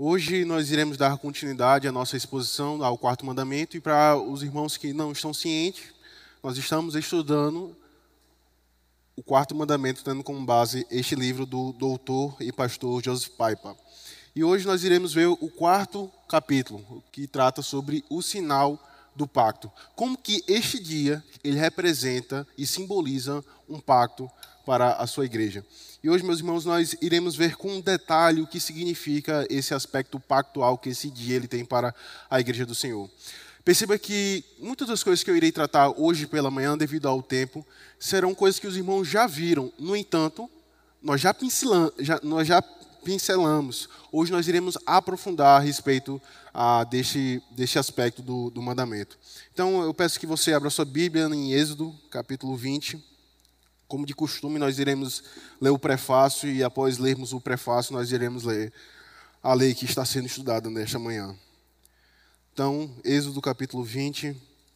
Hoje nós iremos dar continuidade à nossa exposição ao quarto mandamento e para os irmãos que não estão cientes, nós estamos estudando o quarto mandamento tendo como base este livro do doutor e pastor Joseph Piper. E hoje nós iremos ver o quarto capítulo, que trata sobre o sinal do pacto. Como que este dia ele representa e simboliza um pacto para a sua igreja. E hoje, meus irmãos, nós iremos ver com detalhe o que significa esse aspecto pactual que esse dia ele tem para a igreja do Senhor. Perceba que muitas das coisas que eu irei tratar hoje pela manhã, devido ao tempo, serão coisas que os irmãos já viram. No entanto, nós já pincelamos. Hoje nós iremos aprofundar a respeito deste aspecto do mandamento. Então, eu peço que você abra sua Bíblia em Êxodo, capítulo 20. Como de costume, nós iremos ler o prefácio e, após lermos o prefácio, nós iremos ler a lei que está sendo estudada nesta manhã. Então, Êxodo capítulo 20,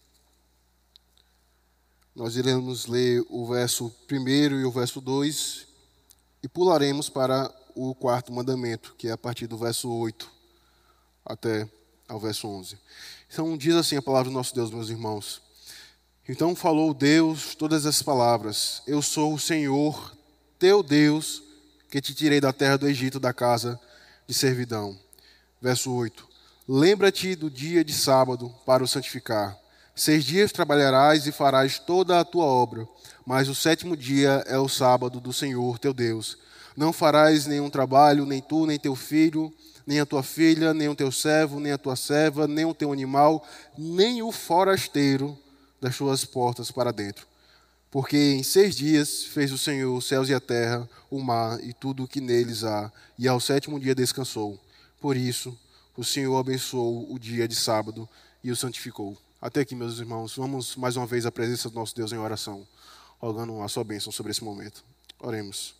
nós iremos ler o verso 1 e o verso 2 e pularemos para o quarto mandamento, que é a partir do verso 8 até ao verso 11. Então, diz assim a palavra do nosso Deus, meus irmãos. Então falou Deus todas as palavras: Eu sou o Senhor, teu Deus, que te tirei da terra do Egito, da casa de servidão. Verso 8. Lembra-te do dia de sábado para o santificar. 6 dias trabalharás e farás toda a tua obra, mas o 7º dia é o sábado do Senhor, teu Deus. Não farás nenhum trabalho, nem tu, nem teu filho, nem a tua filha, nem o teu servo, nem a tua serva, nem o teu animal, nem o forasteiro das suas portas para dentro. Porque em 6 dias fez o Senhor os céus e a terra, o mar e tudo o que neles há, e ao 7º dia descansou. Por isso, o Senhor abençoou o dia de sábado e o santificou. Até aqui, meus irmãos, vamos mais uma vez à presença do nosso Deus em oração, rogando a sua bênção sobre esse momento. Oremos.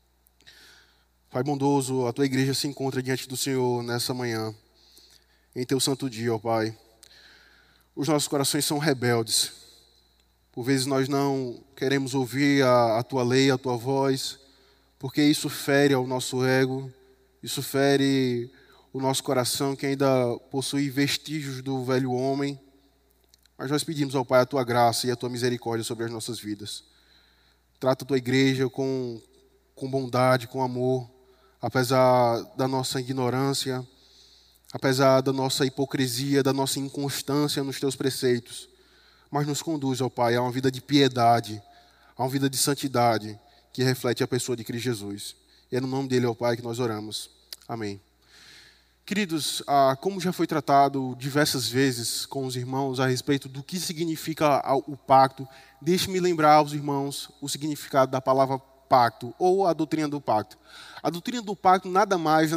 Pai bondoso, a tua igreja se encontra diante do Senhor nessa manhã, em teu santo dia, ó Pai. Os nossos corações são rebeldes. Por vezes nós não queremos ouvir a tua lei, a tua voz, porque isso fere ao nosso ego, isso fere o nosso coração que ainda possui vestígios do velho homem. Mas nós pedimos ao Pai a tua graça e a tua misericórdia sobre as nossas vidas. Trata a tua igreja com bondade, com amor, apesar da nossa ignorância, apesar da nossa hipocrisia, da nossa inconstância nos teus preceitos. Mas nos conduz, ó Pai, a uma vida de piedade, a uma vida de santidade, que reflete a pessoa de Cristo Jesus. E é no nome dele, ó Pai, que nós oramos. Amém. Queridos, como já foi tratado diversas vezes com os irmãos a respeito do que significa o pacto, deixe-me lembrar aos irmãos o significado da palavra pacto, ou a doutrina do pacto. A doutrina do pacto nada mais,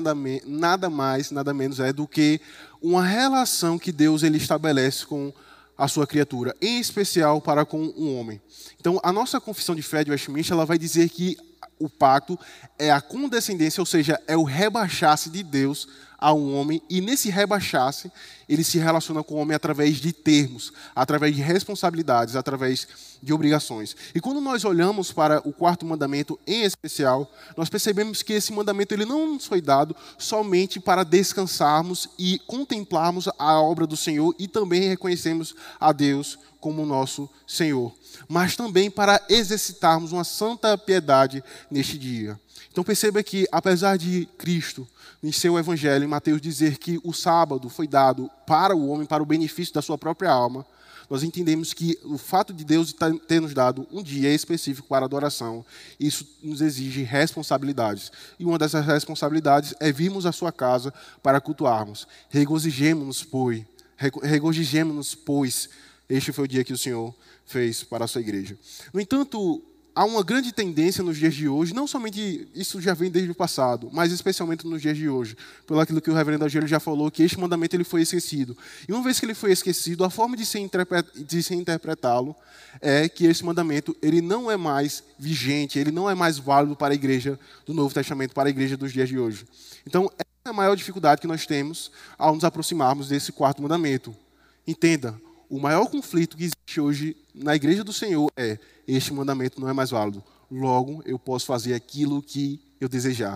nada menos é do que uma relação que Deus ele estabelece com a sua criatura, em especial para com um homem. Então, a nossa confissão de fé de Westminster, ela vai dizer que o pacto é a condescendência, ou seja, é o rebaixar-se de Deus a um homem, e nesse rebaixar-se, ele se relaciona com o homem através de termos, através de responsabilidades, através de obrigações. E quando nós olhamos para o quarto mandamento em especial, nós percebemos que esse mandamento ele não nos foi dado somente para descansarmos e contemplarmos a obra do Senhor e também reconhecermos a Deus como nosso Senhor, mas também para exercitarmos uma santa piedade neste dia. Então perceba que, apesar de Cristo, em seu evangelho, em Mateus, dizer que o sábado foi dado para o homem, para o benefício da sua própria alma, nós entendemos que o fato de Deus ter nos dado um dia específico para adoração, isso nos exige responsabilidades. E uma dessas responsabilidades é virmos à sua casa para cultuarmos. Regozijemo-nos, pois, este foi o dia que o Senhor fez para a sua igreja. No entanto, há uma grande tendência nos dias de hoje, não somente isso já vem desde o passado, mas especialmente nos dias de hoje, pelo aquilo que o reverendo Agílio já falou, que este mandamento ele foi esquecido. E uma vez que ele foi esquecido, a forma de se interpretá-lo é que esse mandamento ele não é mais vigente, ele não é mais válido para a igreja do Novo Testamento, para a igreja dos dias de hoje. Então, essa é a maior dificuldade que nós temos ao nos aproximarmos desse quarto mandamento. Entenda, o maior conflito que existe hoje na igreja do Senhor é: este mandamento não é mais válido. Logo, eu posso fazer aquilo que eu desejar.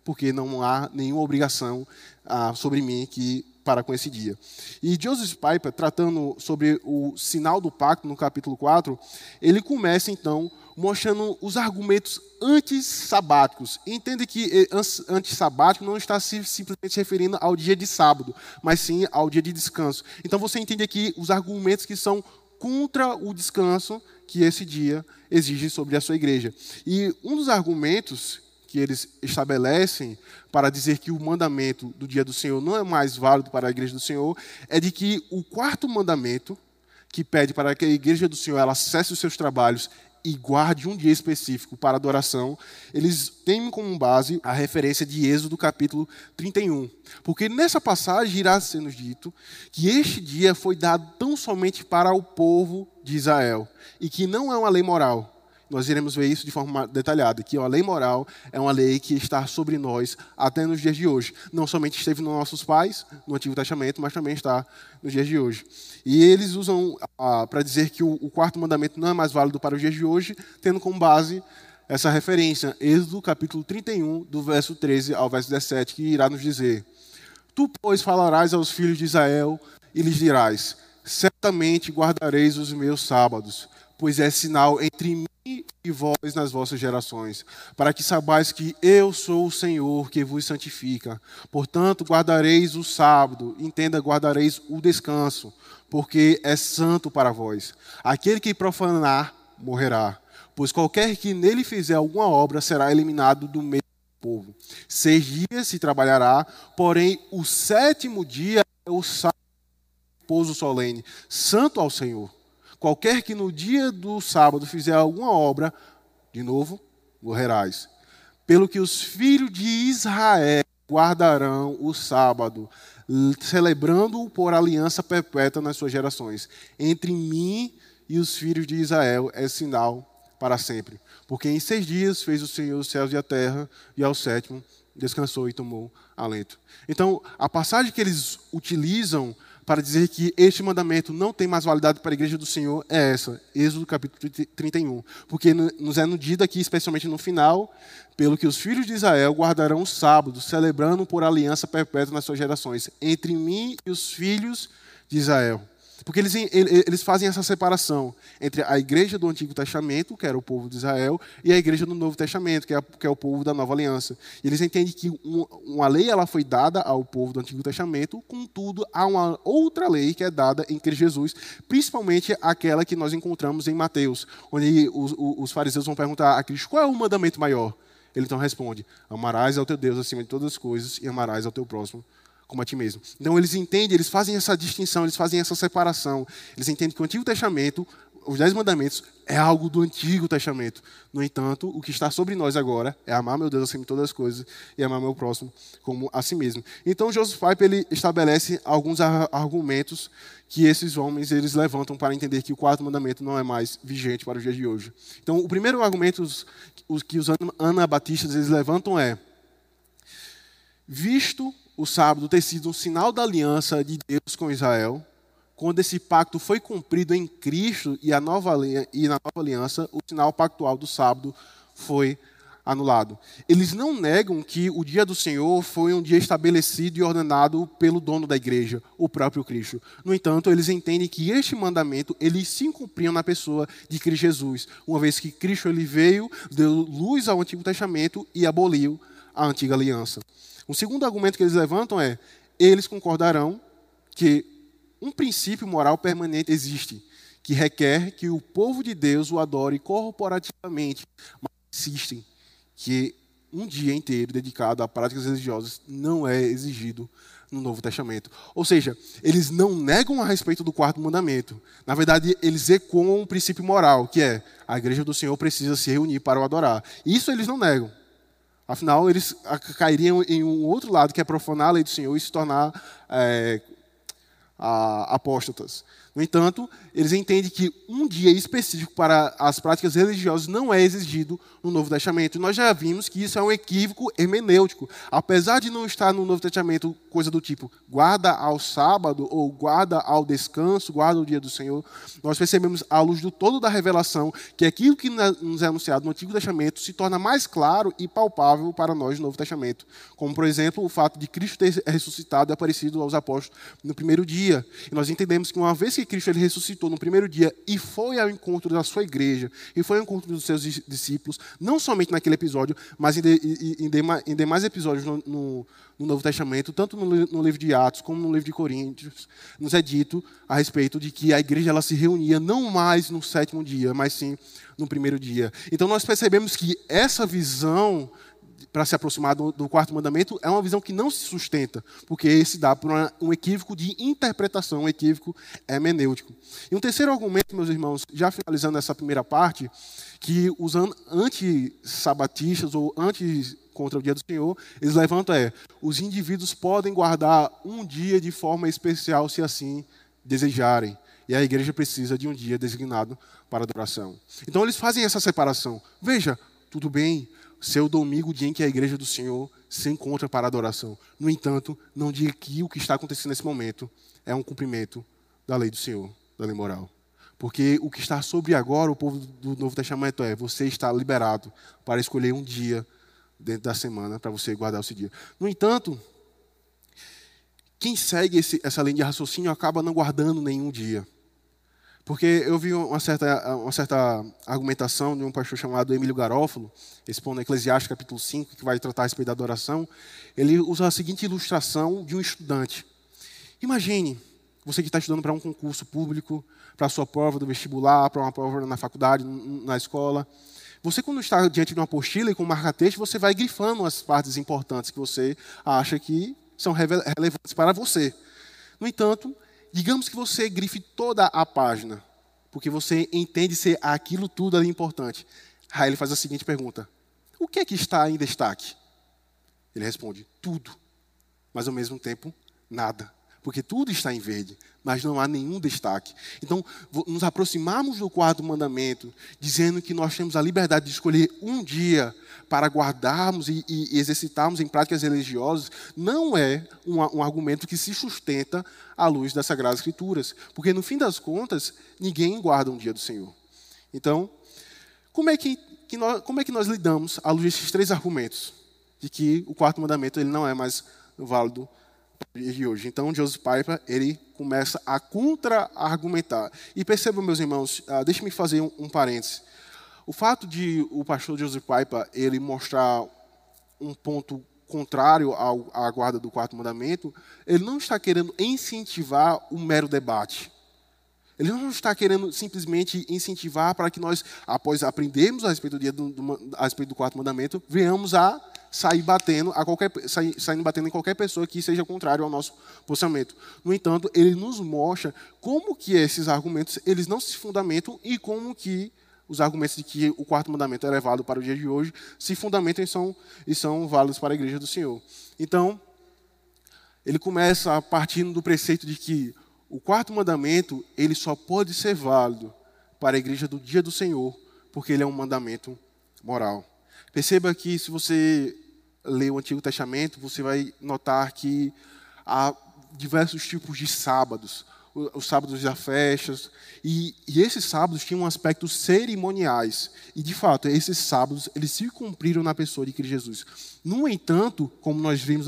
porque não há nenhuma obrigação sobre mim que para com esse dia. E Joseph Piper, tratando sobre o sinal do pacto, no capítulo 4, ele começa, então, mostrando os argumentos antissabáticos. Entende que antissabático não está simplesmente se referindo ao dia de sábado, mas sim ao dia de descanso. Então, você entende aqui os argumentos que são contra o descanso que esse dia exige sobre a sua igreja. E um dos argumentos que eles estabelecem para dizer que o mandamento do dia do Senhor não é mais válido para a igreja do Senhor é de que o quarto mandamento, que pede para que a igreja do Senhor ela cesse os seus trabalhos e guarde um dia específico para adoração, eles têm como base a referência de Êxodo capítulo 31. Porque nessa passagem irá ser nos dito que este dia foi dado tão somente para o povo de Israel e que não é uma lei moral. Nós iremos ver isso de forma detalhada, que a lei moral é uma lei que está sobre nós até nos dias de hoje. Não somente esteve nos nossos pais, no Antigo Testamento, mas também está nos dias de hoje. E eles usam para dizer que o quarto mandamento não é mais válido para os dias de hoje, tendo como base essa referência, Êxodo capítulo 31, do verso 13 ao verso 17, que irá nos dizer: Tu, pois, falarás aos filhos de Israel e lhes dirás: Certamente guardareis os meus sábados, pois é sinal entre mim e vós nas vossas gerações, para que saibais que eu sou o Senhor que vos santifica. Portanto, guardareis o sábado, entenda, guardareis o descanso, porque é santo para vós. Aquele que profanar, morrerá, pois qualquer que nele fizer alguma obra será eliminado do meio do povo. 6 dias se trabalhará, porém o 7º dia é o sábado, repouso solene, santo ao Senhor. Qualquer que no dia do sábado fizer alguma obra, de novo, morrerás. Pelo que os filhos de Israel guardarão o sábado, celebrando-o por aliança perpétua nas suas gerações. Entre mim e os filhos de Israel é sinal para sempre. Porque em 6 dias fez o Senhor os céus e a terra, e ao 7º descansou e tomou alento. Então, a passagem que eles utilizam para dizer que este mandamento não tem mais validade para a igreja do Senhor é essa, Êxodo capítulo 31. Porque nos é dito aqui, especialmente no final, pelo que os filhos de Israel guardarão o sábado, celebrando por aliança perpétua nas suas gerações, entre mim e os filhos de Israel. Porque eles fazem essa separação entre a igreja do Antigo Testamento, que era o povo de Israel, e a igreja do Novo Testamento, que é o povo da Nova Aliança. E eles entendem que uma lei ela foi dada ao povo do Antigo Testamento, contudo, há uma outra lei que é dada em Cristo Jesus, principalmente aquela que nós encontramos em Mateus, onde os fariseus vão perguntar a Cristo: qual é o mandamento maior? Ele então responde: amarás ao teu Deus acima de todas as coisas e amarás ao teu próximo como a ti mesmo. Então eles entendem, eles fazem essa distinção, eles fazem essa separação. Eles entendem que o Antigo Testamento, os 10 mandamentos, é algo do Antigo Testamento. No entanto, o que está sobre nós agora é amar meu Deus acima de todas as coisas e amar meu próximo como a si mesmo. Então Joseph Piper ele estabelece alguns argumentos que esses homens eles levantam para entender que o quarto mandamento não é mais vigente para os dias de hoje. Então o primeiro argumento que os anabatistas eles levantam é: visto o sábado ter sido um sinal da aliança de Deus com Israel, quando esse pacto foi cumprido em Cristo e na nova aliança, o sinal pactual do sábado foi anulado. Eles não negam que o dia do Senhor foi um dia estabelecido e ordenado pelo dono da igreja, o próprio Cristo. No entanto, eles entendem que este mandamento, eles se cumpriam na pessoa de Cristo Jesus, uma vez que Cristo ele veio, deu luz ao Antigo Testamento e aboliu a antiga aliança. O segundo argumento que eles levantam é: eles concordarão que um princípio moral permanente existe, que requer que o povo de Deus o adore corporativamente, mas insistem que um dia inteiro dedicado a práticas religiosas não é exigido no Novo Testamento. Ou seja, eles não negam a respeito do quarto mandamento. Na verdade, eles ecoam um princípio moral, que é: a igreja do Senhor precisa se reunir para o adorar. Isso eles não negam. Afinal, eles cairiam em um outro lado, que é profanar a lei do Senhor e se tornar apóstatas. No entanto, eles entendem que um dia específico para as práticas religiosas não é exigido no Novo Testamento. E nós já vimos que isso é um equívoco hermenêutico. Apesar de não estar no Novo Testamento coisa do tipo guarda ao sábado ou guarda ao descanso, guarda o dia do Senhor, nós percebemos à luz do todo da revelação que aquilo que nos é anunciado no Antigo Testamento se torna mais claro e palpável para nós no Novo Testamento. Como, por exemplo, o fato de Cristo ter ressuscitado e aparecido aos apóstolos no primeiro dia. E nós entendemos que uma vez que Cristo ele ressuscitou no primeiro dia e foi ao encontro da sua igreja, e foi ao encontro dos seus discípulos, não somente naquele episódio, mas em demais episódios no Novo Testamento, tanto no livro de Atos como no livro de Coríntios, nos é dito a respeito de que a igreja ela se reunia não mais no sétimo dia, mas sim no primeiro dia. Então nós percebemos que essa visão para se aproximar do quarto mandamento é uma visão que não se sustenta, porque se dá por um equívoco de interpretação, um equívoco hermenêutico. E um terceiro argumento, meus irmãos, já finalizando essa primeira parte, que os anti-sabatistas ou contra o dia do Senhor, eles levantam os indivíduos podem guardar um dia de forma especial se assim desejarem. E a igreja precisa de um dia designado para adoração. Então eles fazem essa separação. Veja, tudo bem, seu domingo, o dia em que a igreja do Senhor se encontra para adoração. No entanto, não diga que o que está acontecendo nesse momento é um cumprimento da lei do Senhor, da lei moral. Porque o que está sobre agora, o povo do Novo Testamento você está liberado para escolher um dia dentro da semana para você guardar esse dia. No entanto, quem segue essa linha de raciocínio acaba não guardando nenhum dia. Porque eu vi uma certa argumentação de um pastor chamado Emílio Garófalo, expondo Eclesiastes capítulo 5, que vai tratar a respeito da adoração. Ele usa a seguinte ilustração de um estudante. Imagine, você que está estudando para um concurso público, para a sua prova do vestibular, para uma prova na faculdade, na escola. Você, quando está diante de uma apostila e com um marca-texto, você vai grifando as partes importantes que você acha que são relevantes para você. No entanto, digamos que você grife toda a página, porque você entende ser aquilo tudo ali importante. Aí ele faz a seguinte pergunta: o que é que está em destaque? Ele responde: tudo, mas ao mesmo tempo, nada. Porque tudo está em verde, mas não há nenhum destaque. Então, nos aproximarmos do quarto mandamento, dizendo que nós temos a liberdade de escolher um dia para guardarmos e exercitarmos em práticas religiosas, não é um argumento que se sustenta à luz das Sagradas Escrituras. Porque, no fim das contas, ninguém guarda um dia do Senhor. Então, como é que nós lidamos à luz desses três argumentos? De que o quarto mandamento ele não é mais válido de hoje. Então, Joseph Piper, ele começa a contra-argumentar. E percebam, meus irmãos, deixe-me fazer um parêntese. O fato de o pastor Joseph Piper, ele mostrar um ponto contrário à guarda do quarto mandamento, ele não está querendo incentivar o mero debate. Ele não está querendo simplesmente incentivar para que nós, após aprendermos a respeito do quarto mandamento, venhamos a saindo batendo em qualquer pessoa que seja contrário ao nosso pensamento. No entanto, ele nos mostra como que esses argumentos eles não se fundamentam e como que os argumentos de que o quarto mandamento é levado para o dia de hoje se fundamentam e são válidos para a igreja do Senhor. Então, ele começa partindo do preceito de que o quarto mandamento ele só pode ser válido para a igreja do dia do Senhor, porque ele é um mandamento moral. Perceba que se você ler o Antigo Testamento, você vai notar que há diversos tipos de sábados. Os sábados das festas. E esses sábados tinham aspectos cerimoniais. E, de fato, esses sábados eles se cumpriram na pessoa de Cristo Jesus. No entanto, como nós vimos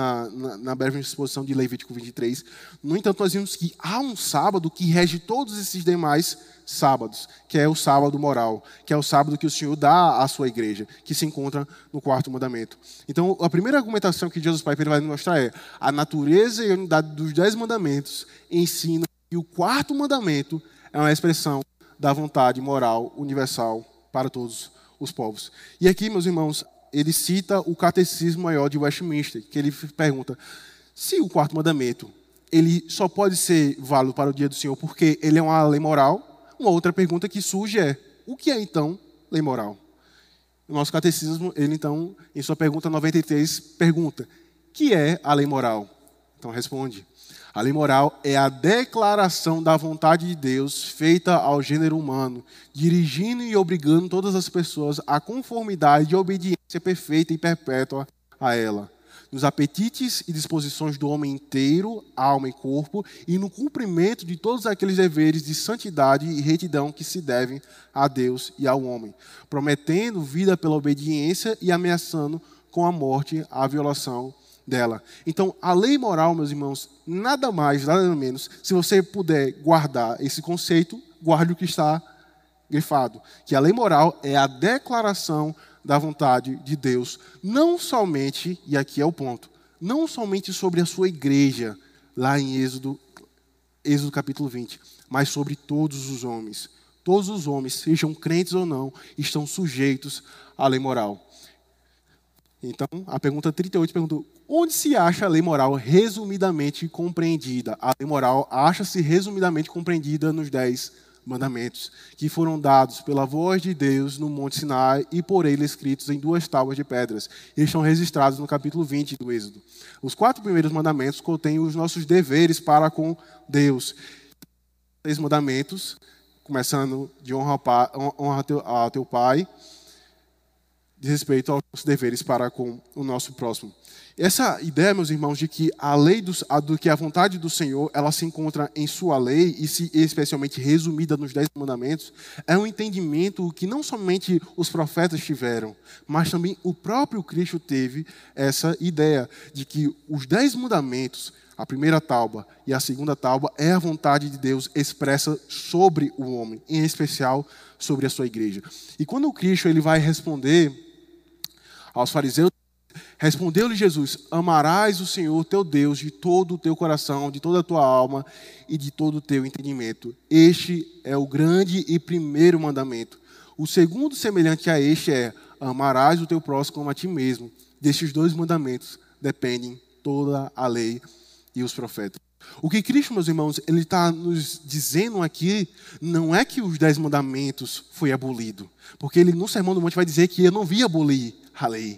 na breve exposição de Levítico 23, no entanto, nós vimos que há um sábado que rege todos esses demais sábados, que é o sábado moral, que é o sábado que o Senhor dá à sua igreja, que se encontra no quarto mandamento. Então, a primeira argumentação que Joseph Piper vai nos mostrar é a natureza e a unidade dos 10 mandamentos ensina que o quarto mandamento é uma expressão da vontade moral universal para todos os povos. E aqui, meus irmãos, ele cita o Catecismo Maior de Westminster, que ele pergunta se o quarto mandamento ele só pode ser válido para o dia do Senhor porque ele é uma lei moral. Uma outra pergunta que surge é: o que é, então, lei moral? O nosso catecismo, ele, então, em sua pergunta 93, pergunta: que é a lei moral? Então, responde: A lei moral é a declaração da vontade de Deus feita ao gênero humano, dirigindo e obrigando todas as pessoas à conformidade e obediência perfeita e perpétua a ela, nos apetites e disposições do homem inteiro, alma e corpo, e no cumprimento de todos aqueles deveres de santidade e retidão que se devem a Deus e ao homem, prometendo vida pela obediência e ameaçando com a morte a violação dela. Então, a lei moral, meus irmãos, nada mais, nada menos, se você puder guardar esse conceito, guarde o que está grifado, que a lei moral é a declaração da vontade de Deus, não somente, e aqui é o ponto, não somente sobre a sua igreja, lá em Êxodo capítulo 20, mas sobre todos os homens. Todos os homens, sejam crentes ou não, estão sujeitos à lei moral. Então, a pergunta 38 perguntou: onde se acha a lei moral resumidamente compreendida? A lei moral acha-se resumidamente compreendida nos 10 mandamentos, que foram dados pela voz de Deus no Monte Sinai e por ele escritos em 2 tábuas de pedras. Eles estão registrados no capítulo 20 do Êxodo. Os 4 primeiros mandamentos contêm os nossos deveres para com Deus. 6 mandamentos, começando de honra ao teu pai, de respeito aos nossos deveres para com o nosso próximo. Essa ideia, meus irmãos, de que que a vontade do Senhor, ela se encontra em sua lei, e especialmente resumida nos 10 mandamentos, é um entendimento que não somente os profetas tiveram, mas também o próprio Cristo teve essa ideia de que os 10 mandamentos, a primeira tábua e a segunda tábua, é a vontade de Deus expressa sobre o homem, em especial sobre a sua igreja. E quando o Cristo ele vai responder aos fariseus, respondeu-lhe Jesus: amarás o Senhor teu Deus de todo o teu coração, de toda a tua alma e de todo o teu entendimento. Este é o grande e primeiro mandamento. O segundo, semelhante a este, é: amarás o teu próximo como a ti mesmo. Destes 2 mandamentos dependem toda a lei e os profetas. O que Cristo, meus irmãos, ele está nos dizendo aqui, não é que os 10 mandamentos foi abolido, porque ele no Sermão do Monte vai dizer que eu não vi abolir a lei.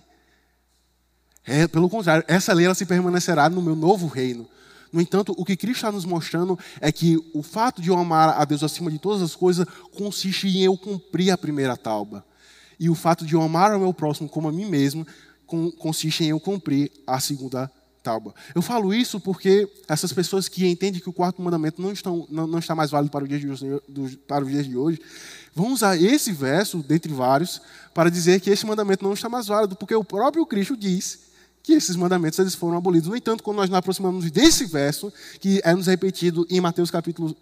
Pelo contrário, essa lei ela se permanecerá no meu novo reino. No entanto, o que Cristo está nos mostrando é que o fato de eu amar a Deus acima de todas as coisas consiste em eu cumprir a primeira tábua. E o fato de eu amar ao meu próximo como a mim mesmo consiste em eu cumprir a segunda tábua. Eu falo isso porque essas pessoas que entendem que o 4º mandamento não está mais válido para os dias de hoje, vão usar esse verso, dentre vários, para dizer que esse mandamento não está mais válido, porque o próprio Cristo diz que esses mandamentos eles foram abolidos. No entanto, quando nós nos aproximamos desse verso, que é nos repetido em Mateus capítulo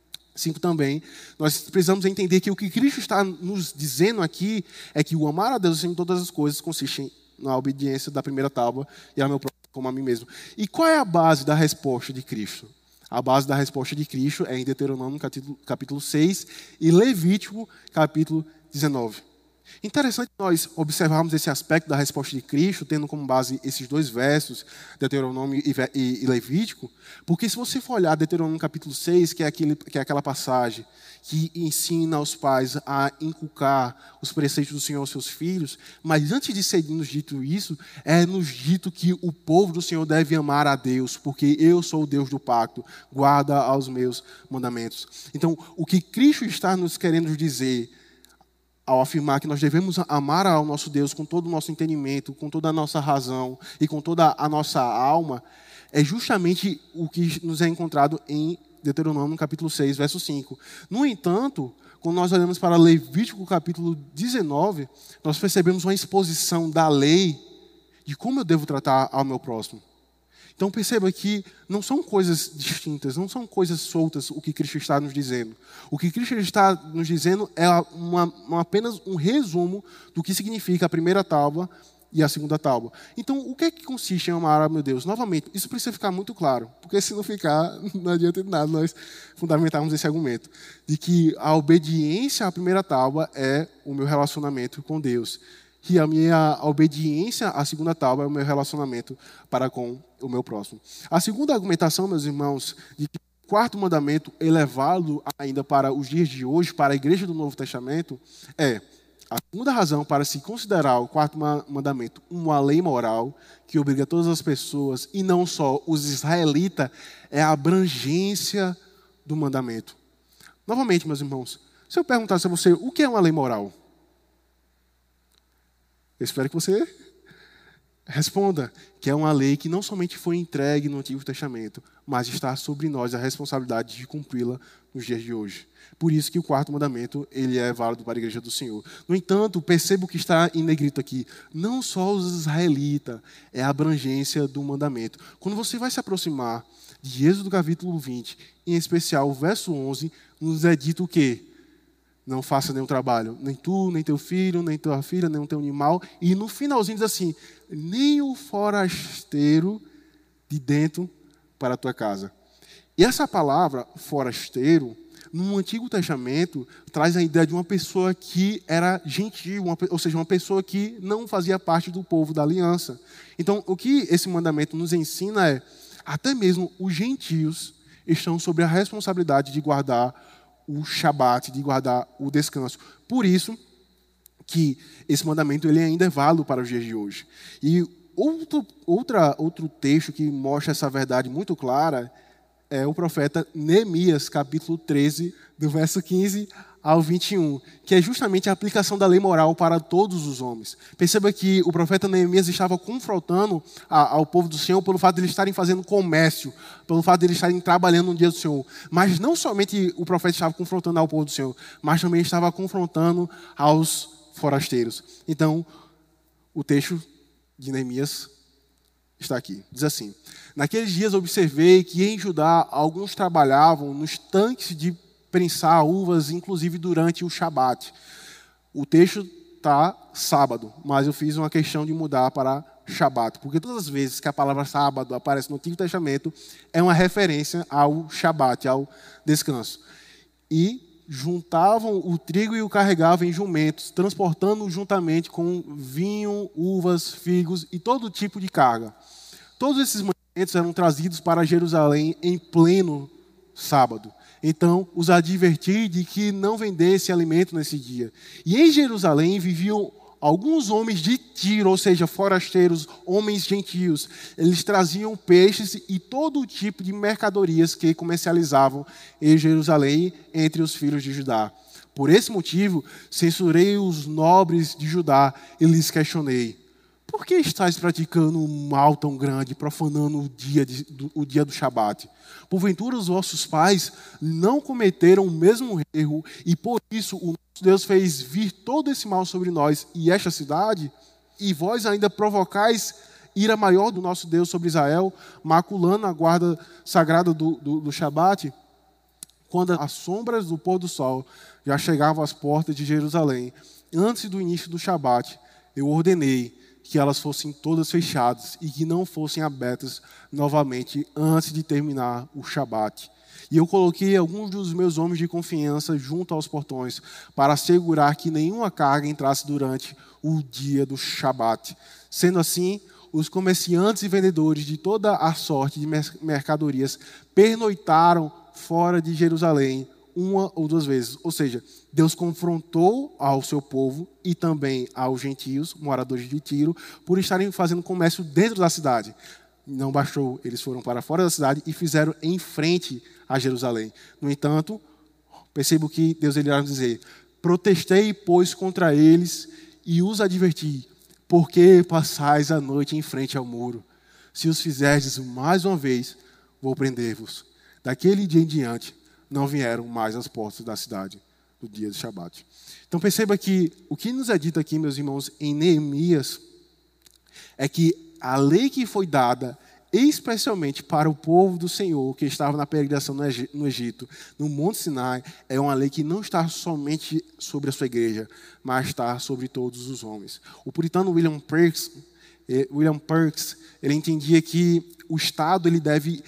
5 também, nós precisamos entender que o que Cristo está nos dizendo aqui é que o amar a Deus em todas as coisas consiste na obediência da primeira tábua e ao meu próximo como a mim mesmo. E qual é a base da resposta de Cristo? A base da resposta de Cristo é em Deuteronômio capítulo 6 e Levítico capítulo 19. Interessante nós observarmos esse aspecto da resposta de Cristo, tendo como base esses 2 versos, Deuteronômio e Levítico, porque se você for olhar Deuteronômio capítulo 6, que é aquela passagem que ensina os pais a inculcar os preceitos do Senhor aos seus filhos, mas antes de ser nos dito isso, é nos dito que o povo do Senhor deve amar a Deus, porque eu sou o Deus do pacto, guarda aos meus mandamentos. Então, o que Cristo está nos querendo dizer ao afirmar que nós devemos amar ao nosso Deus com todo o nosso entendimento, com toda a nossa razão e com toda a nossa alma, é justamente o que nos é encontrado em Deuteronômio capítulo 6, verso 5. No entanto, quando nós olhamos para Levítico capítulo 19, nós percebemos uma exposição da lei de como eu devo tratar ao meu próximo. Então perceba que não são coisas distintas, não são coisas soltas o que Cristo está nos dizendo. O que Cristo está nos dizendo é apenas um resumo do que significa a primeira tábua e a segunda tábua. Então, o que é que consiste em amar a meu Deus? Novamente, isso precisa ficar muito claro, porque se não ficar, não adianta de nada nós fundamentarmos esse argumento, de que a obediência à primeira tábua é o meu relacionamento com Deus. E a minha obediência à segunda tábua é o meu relacionamento para com o meu próximo. A segunda argumentação, meus irmãos, de que o 4º mandamento elevado ainda para os dias de hoje, para a igreja do Novo Testamento, é: A segunda razão para se considerar o quarto mandamento uma lei moral que obriga todas as pessoas, e não só os israelitas, é a abrangência do mandamento. Novamente, meus irmãos, se eu perguntasse a você o que é uma lei moral, eu espero que você responda que é uma lei que não somente foi entregue no Antigo Testamento, mas está sobre nós a responsabilidade de cumpri-la nos dias de hoje. Por isso que o quarto mandamento ele é válido para a igreja do Senhor. No entanto, percebo que está em negrito aqui, não só os israelitas, é a abrangência do mandamento. Quando você vai se aproximar de Êxodo capítulo 20, em especial o verso 11, nos é dito o quê? Não faça nenhum trabalho, nem tu, nem teu filho, nem tua filha, nem o teu animal. E no finalzinho diz assim, nem o forasteiro de dentro para a tua casa. E essa palavra, forasteiro, no Antigo Testamento, traz a ideia de uma pessoa que era gentil, ou seja, uma pessoa que não fazia parte do povo da aliança. Então, o que esse mandamento nos ensina é, até mesmo os gentios estão sob a responsabilidade de guardar o Shabat, de guardar o descanso. Por isso que esse mandamento ele ainda é válido para os dias de hoje. E outro texto que mostra essa verdade muito clara é o profeta Neemias, capítulo 13, do verso 15 ao 21, que é justamente a aplicação da lei moral para todos os homens. Perceba que o profeta Neemias estava confrontando ao povo do Senhor pelo fato de eles estarem fazendo comércio, pelo fato de eles estarem trabalhando no dia do Senhor. Mas não somente o profeta estava confrontando ao povo do Senhor, mas também estava confrontando aos forasteiros. Então, o texto de Neemias está aqui. Diz assim: naqueles dias observei que em Judá alguns trabalhavam nos tanques de prensar uvas, inclusive durante o Shabat. O texto está sábado, mas eu fiz uma questão de mudar para Shabat, porque todas as vezes que a palavra sábado aparece no Antigo Testamento, é uma referência ao Shabat, ao descanso. E juntavam o trigo e o carregavam em jumentos, transportando juntamente com vinho, uvas, figos e todo tipo de carga. Todos esses mantimentos eram trazidos para Jerusalém em pleno sábado. Então, os adverti de que não vendessem alimento nesse dia. E em Jerusalém viviam alguns homens de Tiro, ou seja, forasteiros, homens gentios. Eles traziam peixes e todo tipo de mercadorias que comercializavam em Jerusalém entre os filhos de Judá. Por esse motivo, censurei os nobres de Judá e lhes questionei: por que estáis praticando um mal tão grande, profanando o dia do Shabat? Porventura os vossos pais não cometeram o mesmo erro, e por isso o nosso Deus fez vir todo esse mal sobre nós e esta cidade? E vós ainda provocais ira maior do nosso Deus sobre Israel, maculando a guarda sagrada do Shabat? Quando as sombras do pôr do sol já chegavam às portas de Jerusalém, antes do início do Shabat, eu ordenei que elas fossem todas fechadas e que não fossem abertas novamente antes de terminar o Shabat. E eu coloquei alguns dos meus homens de confiança junto aos portões para assegurar que nenhuma carga entrasse durante o dia do Shabat. Sendo assim, os comerciantes e vendedores de toda a sorte de mercadorias pernoitaram fora de Jerusalém uma ou duas vezes. Ou seja, Deus confrontou ao seu povo e também aos gentios, moradores de Tiro, por estarem fazendo comércio dentro da cidade. Não bastou, eles foram para fora da cidade e fizeram em frente a Jerusalém. No entanto, percebo que Deus irá nos dizer: protestei, pois, contra eles e os adverti, porque passais a noite em frente ao muro. Se os fizerdes mais uma vez, vou prender-vos. Daquele dia em diante, não vieram mais às portas da cidade no dia do Shabat. Então perceba que o que nos é dito aqui, meus irmãos, em Neemias, é que a lei que foi dada especialmente para o povo do Senhor, que estava na peregrinação no Egito, no Monte Sinai, é uma lei que não está somente sobre a sua igreja, mas está sobre todos os homens. O puritano William Perks, ele entendia que o Estado ele deve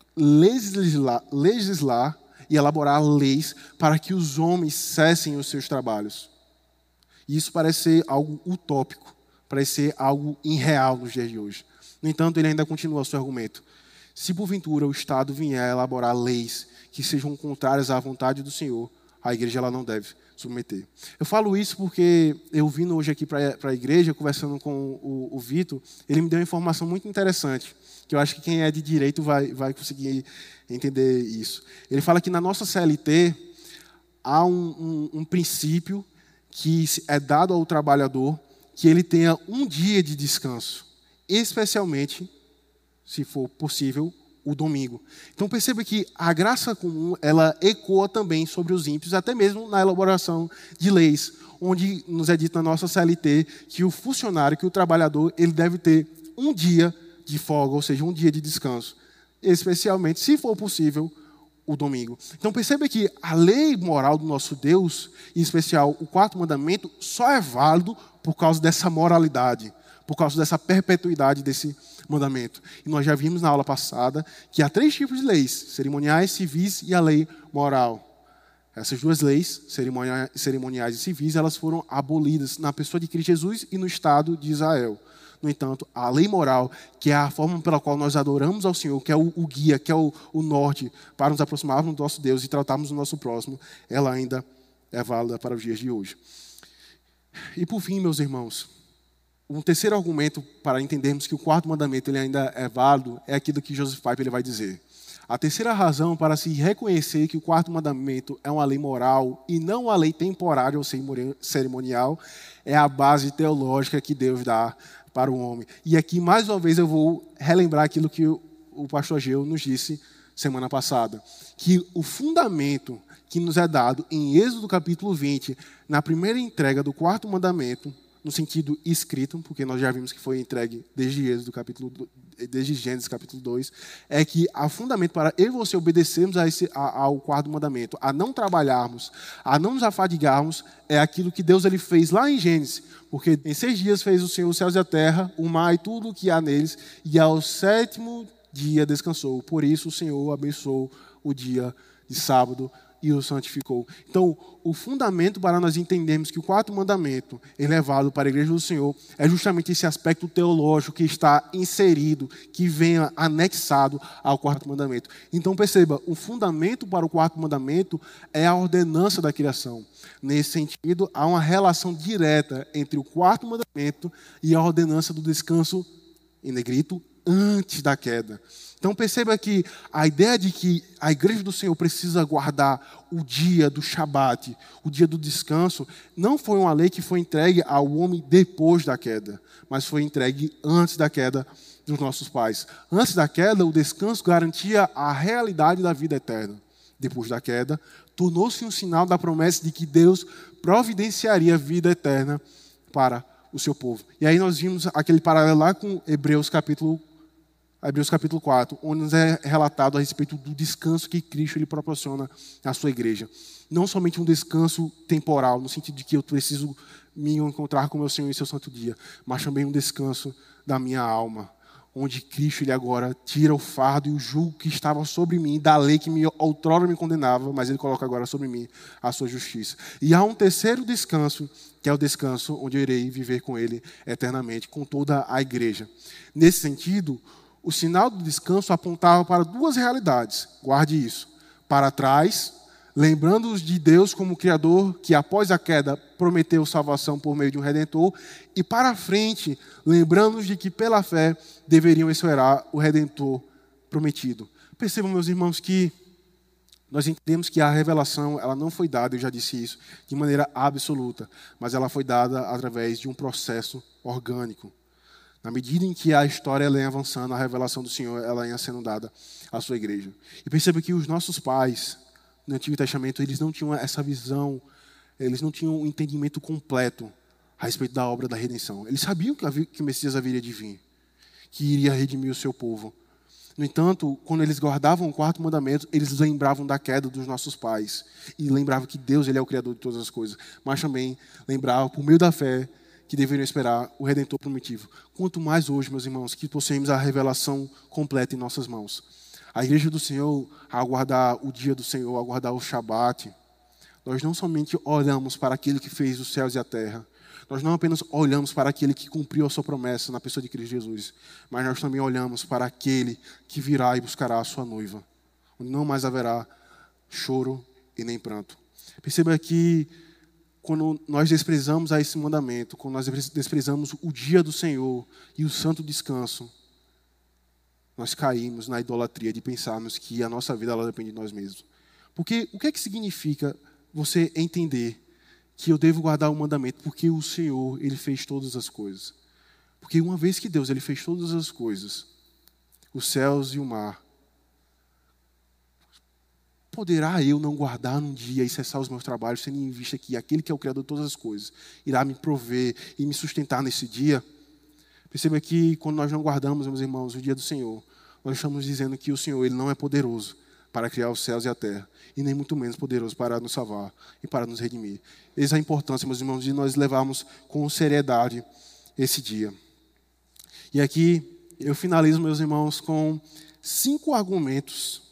legislar e elaborar leis para que os homens cessem os seus trabalhos. E isso parece ser algo utópico, parece ser algo irreal nos dias de hoje. No entanto, ele ainda continua o seu argumento. Se porventura o Estado vier a elaborar leis que sejam contrárias à vontade do Senhor, a igreja ela não deve submeter. Eu falo isso porque eu vindo hoje aqui para a igreja, conversando com o Vitor, ele me deu uma informação muito interessante, que eu acho que quem é de direito vai conseguir entender isso. Ele fala que na nossa CLT há um princípio que é dado ao trabalhador, que ele tenha um dia de descanso, especialmente, se for possível, o domingo. Então perceba que a graça comum, ela ecoa também sobre os ímpios, até mesmo na elaboração de leis, onde nos é dito na nossa CLT que o funcionário, que o trabalhador, ele deve ter um dia de folga, ou seja, um dia de descanso, especialmente, se for possível, o domingo. Então perceba que a lei moral do nosso Deus, em especial o quarto mandamento, só é válido por causa dessa moralidade, por causa dessa perpetuidade desse mandamento. E nós já vimos na aula passada que há 3 tipos de leis: cerimoniais, civis e a lei moral. Essas 2 leis, cerimoniais e civis, elas foram abolidas na pessoa de Cristo Jesus e no Estado de Israel. No entanto, a lei moral, que é a forma pela qual nós adoramos ao Senhor, que é o guia, que é o norte para nos aproximarmos do nosso Deus e tratarmos o nosso próximo, ela ainda é válida para os dias de hoje. E por fim, meus irmãos, um terceiro argumento para entendermos que o quarto mandamento ele ainda é válido é aquilo que Joseph Piper ele vai dizer. A terceira razão para se reconhecer que o quarto mandamento é uma lei moral e não uma lei temporária ou cerimonial é a base teológica que Deus dá para o homem. E aqui, mais uma vez, eu vou relembrar aquilo que o pastor Geu nos disse semana passada, que o fundamento que nos é dado em Êxodo capítulo 20, na primeira entrega do quarto mandamento, no sentido escrito, porque nós já vimos que foi entregue desde Gênesis capítulo 2, é que o fundamento para eu e você obedecermos ao quarto mandamento, a não trabalharmos, a não nos afadigarmos, é aquilo que Deus ele fez lá em Gênesis, porque em 6 dias fez o Senhor os céus e a terra, o mar e tudo o que há neles, e ao 7º dia descansou. Por isso o Senhor abençoou o dia de sábado e o santificou. Então, o fundamento para nós entendermos que o quarto mandamento é levado para a igreja do Senhor é justamente esse aspecto teológico que está inserido, que vem anexado ao quarto mandamento. Então, perceba, o fundamento para o quarto mandamento é a ordenança da criação. Nesse sentido, há uma relação direta entre o quarto mandamento e a ordenança do descanso, em negrito, antes da queda. Então perceba que a ideia de que a igreja do Senhor precisa guardar o dia do Shabat, o dia do descanso, não foi uma lei que foi entregue ao homem depois da queda, mas foi entregue antes da queda dos nossos pais. Antes da queda, o descanso garantia a realidade da vida eterna. Depois da queda, tornou-se um sinal da promessa de que Deus providenciaria vida eterna para o seu povo. E aí nós vimos aquele paralelo lá com Hebreus capítulo 4, onde nos é relatado a respeito do descanso que Cristo ele proporciona à sua igreja. Não somente um descanso temporal, no sentido de que eu preciso me encontrar com o meu Senhor em seu santo dia, mas também um descanso da minha alma, onde Cristo ele agora tira o fardo e o jugo que estava sobre mim, da lei que outrora me condenava, mas ele coloca agora sobre mim a sua justiça. E há um terceiro descanso, que é o descanso onde eu irei viver com ele eternamente, com toda a igreja. Nesse sentido, o sinal do descanso apontava para 2 realidades. Guarde isso. Para trás, lembrando-os de Deus como Criador, que após a queda prometeu salvação por meio de um Redentor. E para frente, lembrando-os de que pela fé deveriam esperar o Redentor prometido. Percebam, meus irmãos, que nós entendemos que a revelação ela não foi dada, eu já disse isso, de maneira absoluta, mas ela foi dada através de um processo orgânico. Na medida em que a história ela ia avançando, a revelação do Senhor ela ia sendo dada à sua igreja. E perceba que os nossos pais, no Antigo Testamento, eles não tinham essa visão, eles não tinham um entendimento completo a respeito da obra da redenção. Eles sabiam que o Messias haveria de vir, que iria redimir o seu povo. No entanto, quando eles guardavam o quarto mandamento, eles lembravam da queda dos nossos pais. E lembravam que Deus ele é o Criador de todas as coisas. Mas também lembravam, por meio da fé, que deveriam esperar o Redentor prometido. Quanto mais hoje, meus irmãos, que possuímos a revelação completa em nossas mãos. A igreja do Senhor, a aguardar o dia do Senhor, a aguardar o Shabat, nós não somente olhamos para aquele que fez os céus e a terra, nós não apenas olhamos para aquele que cumpriu a sua promessa na pessoa de Cristo Jesus, mas nós também olhamos para aquele que virá e buscará a sua noiva, onde não mais haverá choro e nem pranto. Perceba que quando nós desprezamos a esse mandamento, quando nós desprezamos o dia do Senhor e o santo descanso, nós caímos na idolatria de pensarmos que a nossa vida ela depende de nós mesmos. Porque o que é que significa você entender que eu devo guardar o mandamento? Porque o Senhor, Ele fez todas as coisas. Porque uma vez que Deus Ele fez todas as coisas, os céus e o mar, poderá eu não guardar num dia e cessar os meus trabalhos, tendo em vista que aquele que é o Criador de todas as coisas irá me prover e me sustentar nesse dia? Perceba que quando nós não guardamos, meus irmãos, o dia do Senhor, nós estamos dizendo que o Senhor Ele não é poderoso para criar os céus e a terra, e nem muito menos poderoso para nos salvar e para nos redimir. Essa é a importância, meus irmãos, de nós levarmos com seriedade esse dia. E aqui eu finalizo, meus irmãos, com 5 argumentos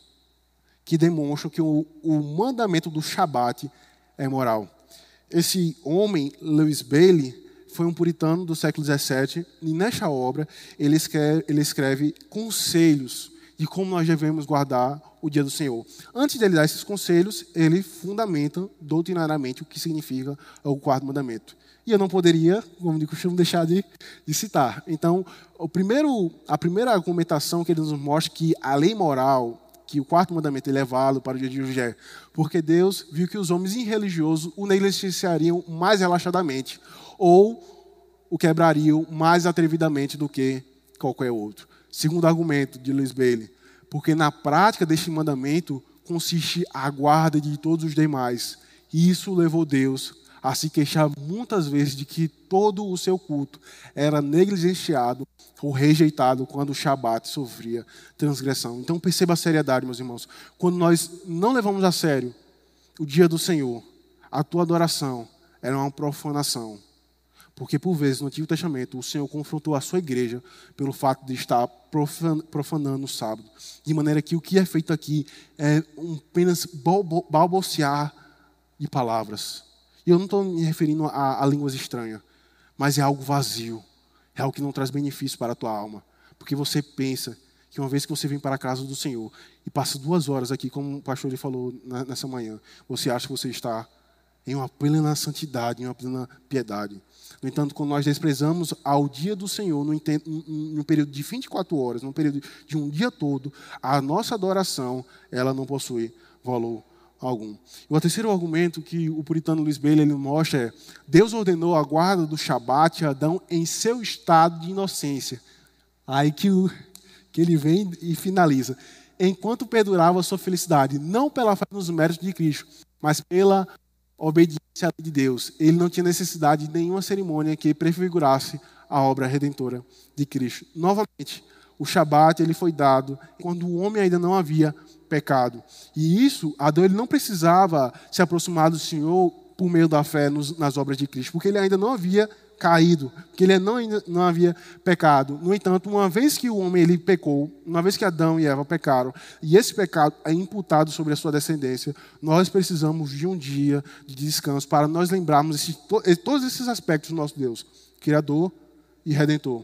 que demonstram que o mandamento do Shabat é moral. Esse homem, Lewis Bailey, foi um puritano do século XVII, e nesta obra ele escreve conselhos de como nós devemos guardar o dia do Senhor. Antes de ele dar esses conselhos, ele fundamenta doutrinariamente o que significa o 4º mandamento. E eu não poderia, como de costume, deixar de citar. Então, a primeira argumentação que ele nos mostra que a lei moral, que o 4º mandamento ele é válido para o dia de hoje é porque Deus viu que os homens irreligiosos o negligenciariam mais relaxadamente ou o quebrariam mais atrevidamente do que qualquer outro. Segundo argumento de Lewis Bailey, porque na prática deste mandamento consiste a guarda de todos os demais. E isso levou Deus a se queixar muitas vezes de que todo o seu culto era negligenciado ou rejeitado quando o Shabat sofria transgressão. Então perceba a seriedade, meus irmãos. Quando nós não levamos a sério o dia do Senhor, a tua adoração era uma profanação. Porque, por vezes, no Antigo Testamento, o Senhor confrontou a sua igreja pelo fato de estar profanando o sábado. De maneira que o que é feito aqui é apenas balbuciar de palavras. E eu não estou me referindo a línguas estranhas, mas é algo vazio. É algo que não traz benefício para a tua alma. Porque você pensa que uma vez que você vem para a casa do Senhor e passa 2 horas aqui, como o pastor falou nessa manhã, você acha que você está em uma plena santidade, em uma plena piedade. No entanto, quando nós desprezamos ao dia do Senhor, num período de 24 horas, num período de um dia todo, a nossa adoração, ela não possui valor algum. E o terceiro argumento que o puritano Lewis Bailey ele mostra é: Deus ordenou a guarda do Shabat a Adão em seu estado de inocência. Aí que ele vem e finaliza. Enquanto perdurava a sua felicidade, não pela fé nos méritos de Cristo, mas pela obediência à lei de Deus. Ele não tinha necessidade de nenhuma cerimônia que prefigurasse a obra redentora de Cristo. Novamente, o Shabat ele foi dado quando o homem ainda não havia pecado. E isso, Adão ele não precisava se aproximar do Senhor por meio da fé nas obras de Cristo, porque ele ainda não havia caído, porque ele não havia pecado. No entanto, uma vez que o homem ele pecou, uma vez que Adão e Eva pecaram, e esse pecado é imputado sobre a sua descendência, nós precisamos de um dia de descanso para nós lembrarmos todos esses aspectos do nosso Deus, Criador e Redentor.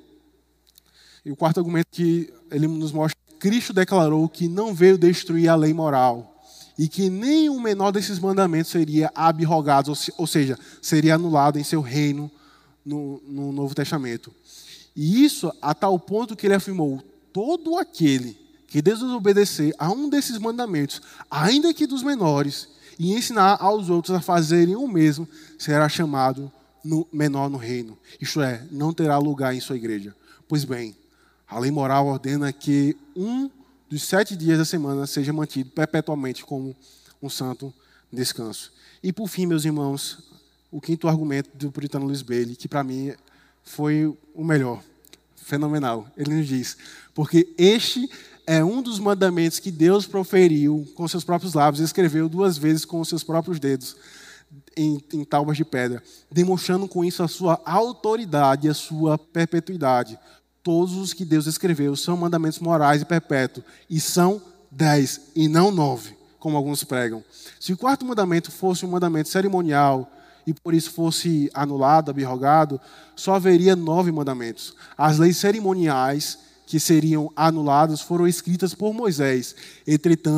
E o 4º argumento que ele nos mostra, Cristo declarou que não veio destruir a lei moral e que nem o menor desses mandamentos seria abrogado, ou seja, seria anulado em seu reino no Novo Testamento. E isso a tal ponto que ele afirmou: todo aquele que desobedecer a um desses mandamentos, ainda que dos menores, e ensinar aos outros a fazerem o mesmo, será chamado menor no reino. Isto é, não terá lugar em sua igreja. Pois bem, a lei moral ordena que um dos 7 dias da semana seja mantido perpetuamente como um santo descanso. E por fim, meus irmãos, o 5º argumento do puritano Lewis Bailey, que para mim foi o melhor, fenomenal. Ele nos diz: porque este é um dos mandamentos que Deus proferiu com seus próprios lábios, escreveu 2 vezes com os seus próprios dedos em tábuas de pedra, demonstrando com isso a sua autoridade e a sua perpetuidade. Todos os que Deus escreveu são mandamentos morais e perpétuos, e são 10 e não 9, como alguns pregam. Se o 4º mandamento fosse um mandamento cerimonial e por isso fosse anulado, abrogado, só haveria 9 mandamentos. As leis cerimoniais que seriam anuladas foram escritas por Moisés. Entretanto,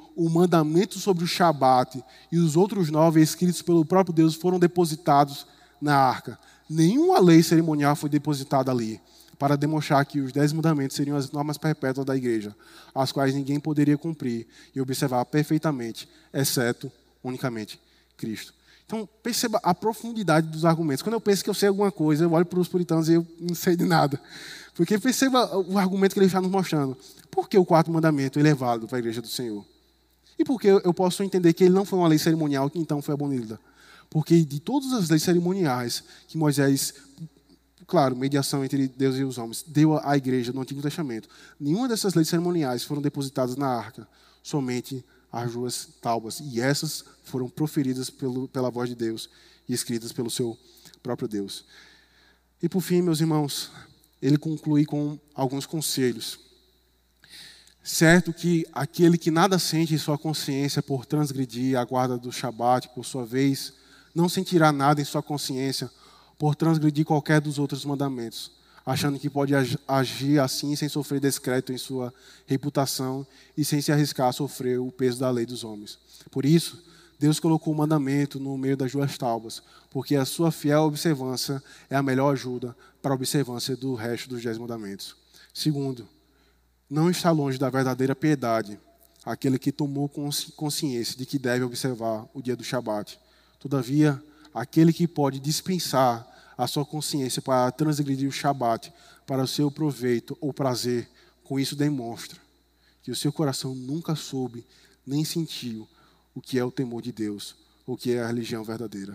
o mandamento sobre o Shabat e os outros 9 escritos pelo próprio Deus foram depositados na arca. Nenhuma lei cerimonial foi depositada ali, para demonstrar que os 10 mandamentos seriam as normas perpétuas da igreja, as quais ninguém poderia cumprir e observar perfeitamente, exceto, unicamente, Cristo. Então, perceba a profundidade dos argumentos. Quando eu penso que eu sei alguma coisa, eu olho para os puritanos e eu não sei de nada. Porque perceba o argumento que ele está nos mostrando. Por que o 4º mandamento ele é válido para a igreja do Senhor? E por que eu posso entender que ele não foi uma lei cerimonial que então foi abolida? Porque de todas as leis cerimoniais que Moisés, claro, mediação entre Deus e os homens, deu à igreja no Antigo Testamento, nenhuma dessas leis cerimoniais foram depositadas na arca, somente as 2 tábuas. E essas foram proferidas pela voz de Deus e escritas pelo seu próprio Deus. E por fim, meus irmãos, ele conclui com alguns conselhos. Certo que aquele que nada sente em sua consciência por transgredir a guarda do Shabat, por sua vez, não sentirá nada em sua consciência por transgredir qualquer dos outros mandamentos, achando que pode agir assim sem sofrer descrédito em sua reputação e sem se arriscar a sofrer o peso da lei dos homens. Por isso, Deus colocou o mandamento no meio das 2 tábuas, porque a sua fiel observância é a melhor ajuda para a observância do resto dos 10 mandamentos. Segundo, não está longe da verdadeira piedade aquele que tomou consciência de que deve observar o dia do Shabat. Todavia, aquele que pode dispensar a sua consciência para transgredir o Shabat para o seu proveito ou prazer, com isso demonstra que o seu coração nunca soube nem sentiu o que é o temor de Deus, o que é a religião verdadeira.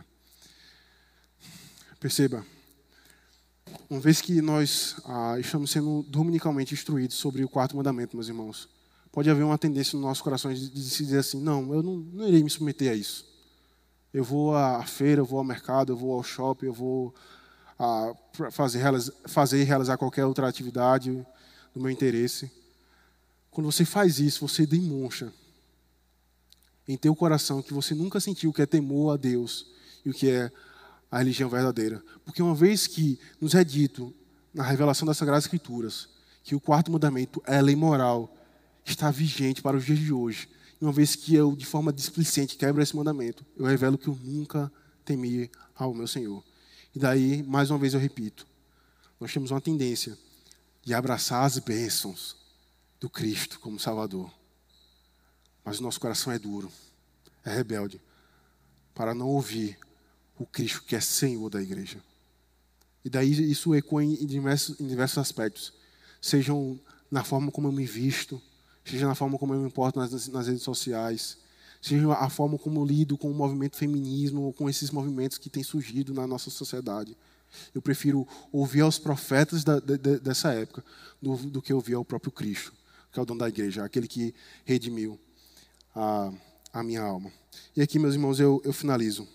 Perceba, uma vez que nós estamos sendo dominicalmente instruídos sobre o 4º mandamento, meus irmãos, pode haver uma tendência no nosso coração de dizer assim, não, eu não irei me submeter a isso. Eu vou à feira, eu vou ao mercado, eu vou ao shopping, eu vou fazer e realizar qualquer outra atividade do meu interesse. Quando você faz isso, você demonstra em teu coração que você nunca sentiu o que é temor a Deus e o que é a religião verdadeira. Porque uma vez que nos é dito na revelação das Sagradas Escrituras que o 4º mandamento é a lei moral, está vigente para os dias de hoje. E uma vez que eu, de forma displicente, quebro esse mandamento, eu revelo que eu nunca temi ao meu Senhor. E daí, mais uma vez eu repito, nós temos uma tendência de abraçar as bênçãos do Cristo como Salvador. Mas o nosso coração é duro, é rebelde, para não ouvir o Cristo que é Senhor da igreja. E daí isso ecoa em diversos aspectos. Sejam na forma como eu me visto, seja na forma como eu me importo nas redes sociais, seja a forma como eu lido com o movimento feminismo ou com esses movimentos que têm surgido na nossa sociedade. Eu prefiro ouvir aos profetas dessa época do que ouvir ao próprio Cristo, que é o dono da igreja, aquele que redimiu a minha alma. E aqui, meus irmãos, eu finalizo.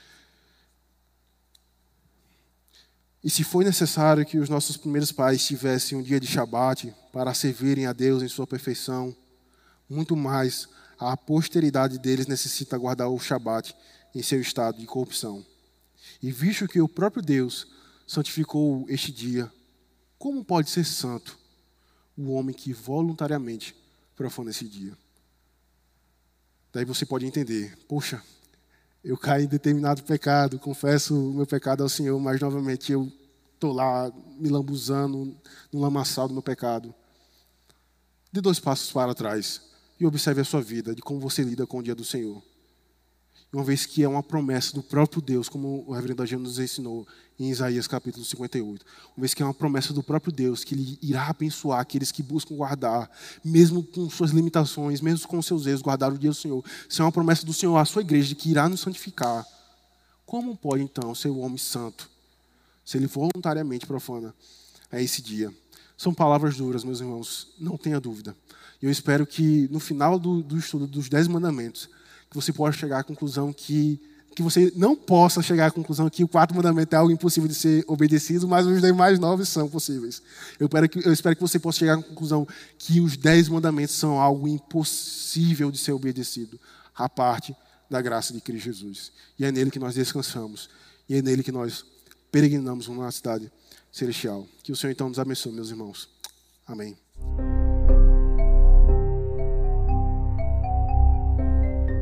E se foi necessário que os nossos primeiros pais tivessem um dia de Shabat para servirem a Deus em sua perfeição, muito mais a posteridade deles necessita guardar o Shabat em seu estado de corrupção. E visto que o próprio Deus santificou este dia, como pode ser santo o homem que voluntariamente profana esse dia? Daí você pode entender, poxa, eu caí em determinado pecado, confesso o meu pecado ao Senhor, mas novamente eu estou lá me lambuzando no lamaçal do meu pecado. Dê 2 passos para trás e observe a sua vida, de como você lida com o dia do Senhor. Uma vez que é uma promessa do próprio Deus, como o reverendo Ageu nos ensinou em Isaías capítulo 58. Uma vez que é uma promessa do próprio Deus, que Ele irá abençoar aqueles que buscam guardar, mesmo com suas limitações, mesmo com seus erros, guardar o dia do Senhor. Se é uma promessa do Senhor à sua igreja, que irá nos santificar, como pode então ser o homem santo, se ele voluntariamente profana a esse dia? São palavras duras, meus irmãos, não tenha dúvida. E eu espero que no final do estudo dos 10 mandamentos, que você possa chegar à conclusão que você não possa chegar à conclusão que o 4º mandamento é algo impossível de ser obedecido, mas os demais 9 são possíveis. Eu espero que você possa chegar à conclusão que os 10 mandamentos são algo impossível de ser obedecido, à parte da graça de Cristo Jesus. E é nele que nós descansamos. E é nele que nós peregrinamos numa cidade celestial. Que o Senhor então nos abençoe, meus irmãos. Amém.